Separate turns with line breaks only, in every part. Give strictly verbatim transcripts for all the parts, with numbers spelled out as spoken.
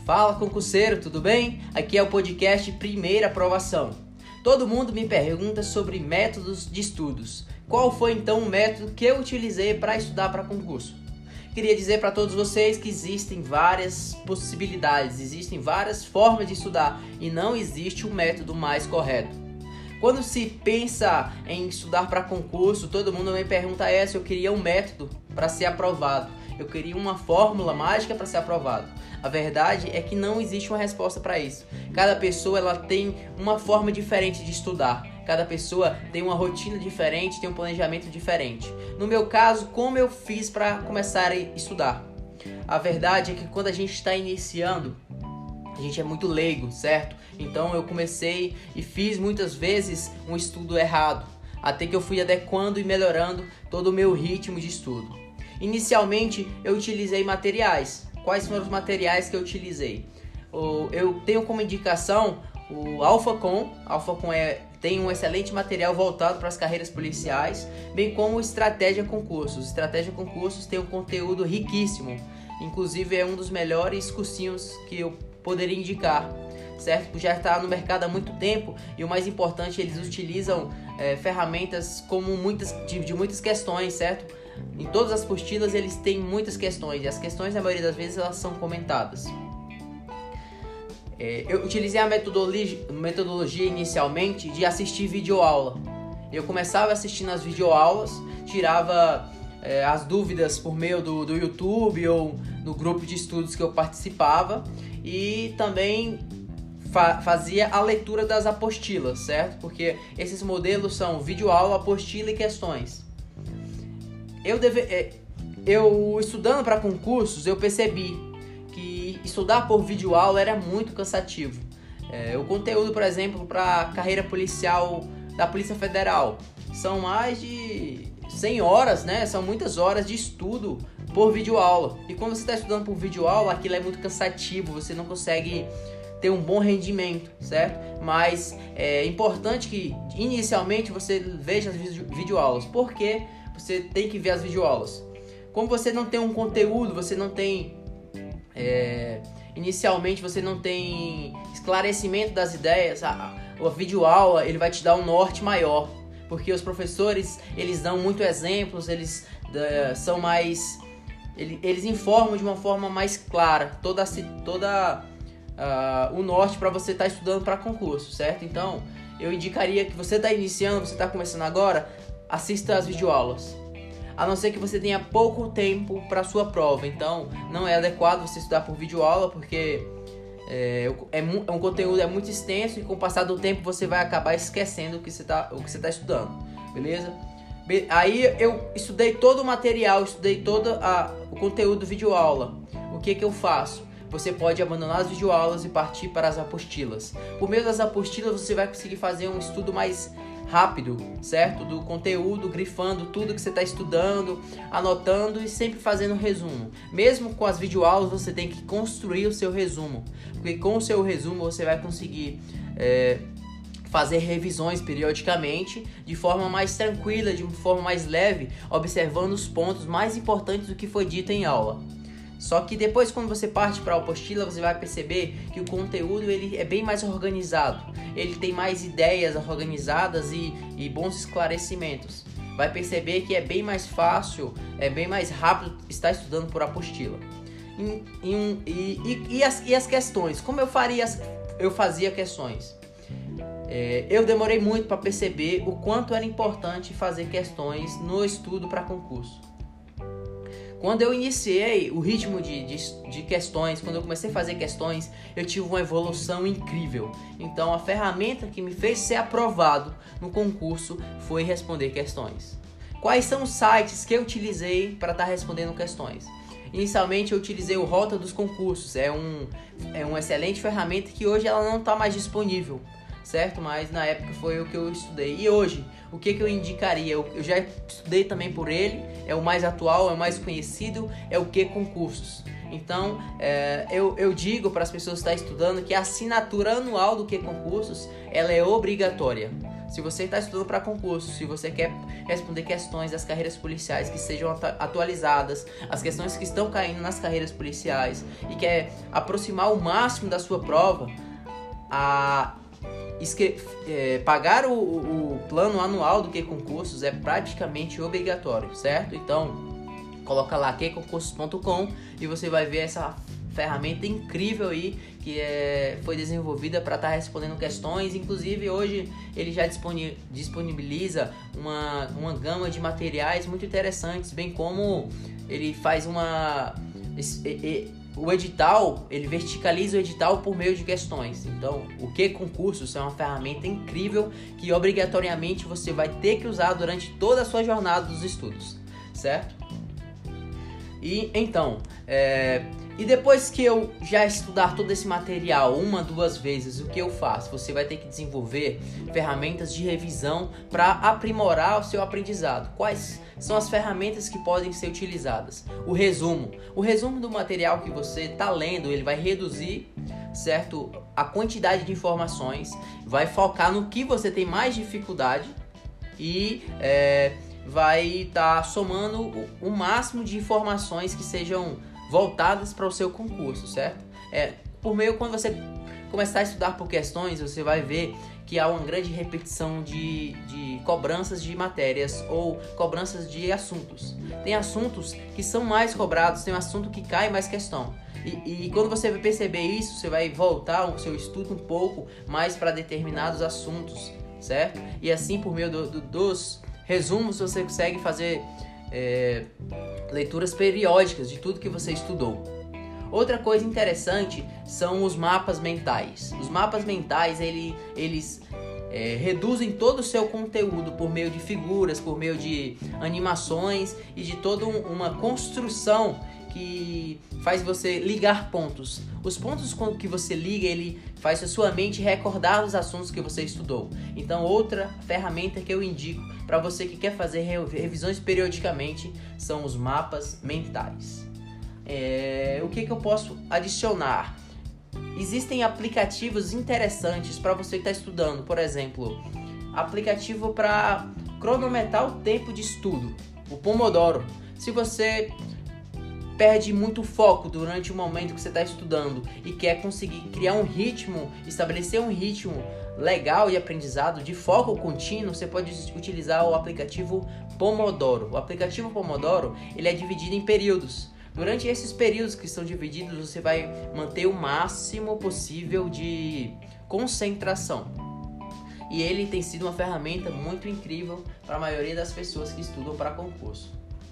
Fala, concurseiro, tudo bem? Aqui é o podcast Primeira Aprovação. Todo mundo me pergunta sobre métodos de estudos. Qual foi então o método que eu utilizei para estudar para concurso? Queria dizer para todos vocês que existem várias possibilidades, existem várias formas de estudar e não existe um método mais correto. Quando se pensa em estudar para concurso, todo mundo me pergunta essa, eu queria um método para ser aprovado. Eu queria uma fórmula mágica para ser aprovado. A verdade é que não existe uma resposta para isso. Cada pessoa ela tem uma forma diferente de estudar. Cada pessoa tem uma rotina diferente, tem um planejamento diferente. No meu caso, como eu fiz para começar a estudar? A verdade é que quando a gente está iniciando, a gente é muito leigo, certo? Então eu comecei e fiz muitas vezes um estudo errado, até que eu fui adequando e melhorando todo o meu ritmo de estudo. Inicialmente eu utilizei materiais. Quais foram os materiais que eu utilizei? Eu tenho como indicação o AlphaCom. AlphaCom é, tem um excelente material voltado para as carreiras policiais, bem como o Estratégia Concursos. Estratégia Concursos tem um conteúdo riquíssimo, inclusive é um dos melhores cursinhos que eu poderia indicar, certo? Por já estar no mercado há muito tempo e o mais importante, eles utilizam é, ferramentas como muitas, de, de muitas questões, certo? Em todas as apostilas eles têm muitas questões e as questões, na maioria das vezes, elas são comentadas. É, eu utilizei a metodologia, metodologia inicialmente de assistir videoaula. Eu começava assistindo as videoaulas, tirava é, as dúvidas por meio do, do YouTube ou no grupo de estudos que eu participava e também fa- fazia a leitura das apostilas, certo? Porque esses modelos são videoaula, apostila e questões. Eu, deve, eu estudando para concursos, eu percebi que estudar por videoaula era muito cansativo. É, o conteúdo, por exemplo, para a carreira policial da Polícia Federal são mais de cem horas, né? São muitas horas de estudo por videoaula. E quando você está estudando por videoaula, aquilo é muito cansativo, você não consegue ter um bom rendimento, certo? Mas é importante que inicialmente você veja as videoaulas. Por quê? Você tem que ver as videoaulas. Como você não tem um conteúdo, você não tem... É, inicialmente você não tem esclarecimento das ideias, a, a videoaula ele vai te dar um norte maior. Porque os professores, eles dão muito exemplos, eles uh, são mais... Eles, eles informam de uma forma mais clara toda, toda uh, o norte para você estar tá estudando para concurso, certo? Então, eu indicaria que você está iniciando, você está começando agora, assista às videoaulas. A não ser que você tenha pouco tempo para sua prova. Então, não é adequado você estudar por videoaula, porque é, é, é um conteúdo é muito extenso e com o passar do tempo você vai acabar esquecendo o que você está o que você está estudando, beleza? Aí eu estudei todo o material, estudei todo a, o conteúdo do videoaula. O que que eu faço? Você pode abandonar as videoaulas e partir para as apostilas. Por meio das apostilas você vai conseguir fazer um estudo mais rápido, certo? Do conteúdo, grifando tudo que você está estudando, anotando e sempre fazendo um resumo. Mesmo com as videoaulas, você tem que construir o seu resumo, porque com o seu resumo você vai conseguir é, fazer revisões periodicamente, de forma mais tranquila, de uma forma mais leve, observando os pontos mais importantes do que foi dito em aula. Só que depois, quando você parte para a apostila, você vai perceber que o conteúdo ele é bem mais organizado. Ele tem mais ideias organizadas e, e bons esclarecimentos. Vai perceber que é bem mais fácil, é bem mais rápido estar estudando por apostila. E, e, e, e, as, e as questões? Como eu, faria as, eu fazia questões? É, eu demorei muito para perceber o quanto era importante fazer questões no estudo para concurso. Quando eu iniciei o ritmo de, de, de questões, quando eu comecei a fazer questões, eu tive uma evolução incrível. Então, a ferramenta que me fez ser aprovado no concurso foi responder questões. Quais são os sites que eu utilizei para estar respondendo questões? Inicialmente, eu utilizei o Rota dos Concursos. É, um, é uma excelente ferramenta que hoje ela não está mais disponível, certo? Mas na época foi o que eu estudei. E hoje, o que, que eu indicaria? Eu, eu já estudei também por ele, é o mais atual, é o mais conhecido, é o Q Concursos. Então, é, eu, eu digo para as pessoas que estão estudando que a assinatura anual do Q Concursos, ela é obrigatória, se você está estudando para concurso, se você quer responder questões das carreiras policiais que sejam atualizadas, as questões que estão caindo nas carreiras policiais e quer aproximar o máximo da sua prova, a esque- é, pagar o, o plano anual do QConcursos é praticamente obrigatório, certo? Então, coloca lá q concursos ponto com e você vai ver essa ferramenta incrível aí que é, foi desenvolvida para estar tá respondendo questões. Inclusive hoje ele já disponibiliza uma, uma gama de materiais muito interessantes, bem como ele faz uma... o edital, ele verticaliza o edital por meio de questões. Então, o QConcursos é uma ferramenta incrível que obrigatoriamente você vai ter que usar durante toda a sua jornada dos estudos, certo? E então, é... e depois que eu já estudar todo esse material uma, duas vezes, o que eu faço? Você vai ter que desenvolver ferramentas de revisão para aprimorar o seu aprendizado. Quais são as ferramentas que podem ser utilizadas? O resumo. O resumo do material que você está lendo, ele vai reduzir, certo, a quantidade de informações, vai focar no que você tem mais dificuldade e é, vai estar tá somando o, o máximo de informações que sejam voltadas para o seu concurso, certo? É, por meio, quando você começar a estudar por questões, você vai ver que há uma grande repetição de, de cobranças de matérias ou cobranças de assuntos. Tem assuntos que são mais cobrados, tem um assunto que cai mais questão. E, e quando você vai perceber isso, você vai voltar o seu estudo um pouco mais para determinados assuntos, certo? E assim, por meio do, do, dos resumos, você consegue fazer é, leituras periódicas de tudo que você estudou. Outra coisa interessante são os mapas mentais. Os mapas mentais, ele, eles é, reduzem todo o seu conteúdo por meio de figuras, por meio de animações e de toda um, uma construção que faz você ligar pontos. Os pontos com que você liga, ele faz a sua mente recordar os assuntos que você estudou. Então, outra ferramenta que eu indico para você que quer fazer revisões periodicamente são os mapas mentais. É, o que, que eu posso adicionar? Existem aplicativos interessantes para você que está estudando. Por exemplo, aplicativo para cronometrar o tempo de estudo, o Pomodoro. Se você perde muito foco durante o momento que você está estudando e quer conseguir criar um ritmo, estabelecer um ritmo legal de aprendizado, de foco contínuo, você pode utilizar o aplicativo Pomodoro. O aplicativo Pomodoro, ele é dividido em períodos. Durante esses períodos que são divididos, você vai manter o máximo possível de concentração. E ele tem sido uma ferramenta muito incrível para a maioria das pessoas que estudam para concurso.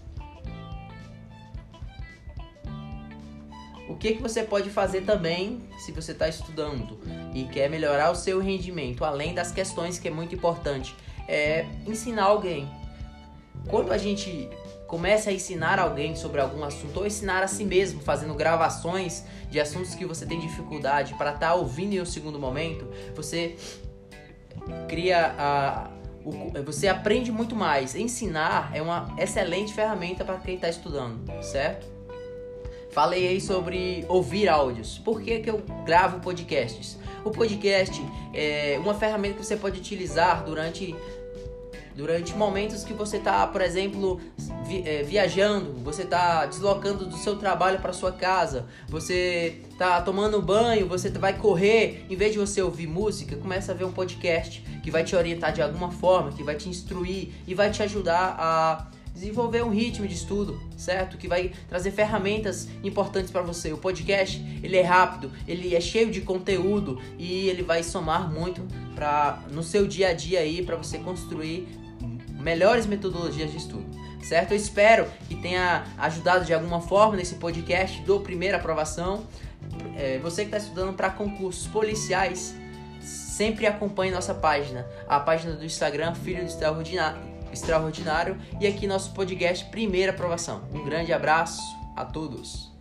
O que, que você pode fazer também se você está estudando e quer melhorar o seu rendimento, além das questões, que é muito importante, é ensinar alguém. Quando a gente começa a ensinar alguém sobre algum assunto, ou ensinar a si mesmo, fazendo gravações de assuntos que você tem dificuldade para estar tá ouvindo em um segundo momento, você cria a... você aprende muito mais. Ensinar é uma excelente ferramenta para quem está estudando, certo? Falei aí sobre ouvir áudios. Por que que eu gravo podcasts? O podcast é uma ferramenta que você pode utilizar durante, durante momentos que você está, por exemplo, vi, é, viajando, você está deslocando do seu trabalho para sua casa, você está tomando banho, você vai correr, em vez de você ouvir música, começa a ver um podcast que vai te orientar de alguma forma, que vai te instruir e vai te ajudar a desenvolver um ritmo de estudo, certo? Que vai trazer ferramentas importantes para você. O podcast, ele é rápido, ele é cheio de conteúdo e ele vai somar muito pra, no seu dia a dia aí, para você construir melhores metodologias de estudo, certo? Eu espero que tenha ajudado de alguma forma nesse podcast do Primeira Aprovação. É, você que está estudando para concursos policiais, sempre acompanhe nossa página, a página do Instagram, Filho do Extraordinário. Extraordinário, e aqui nosso podcast Primeira Aprovação. Um grande abraço a todos.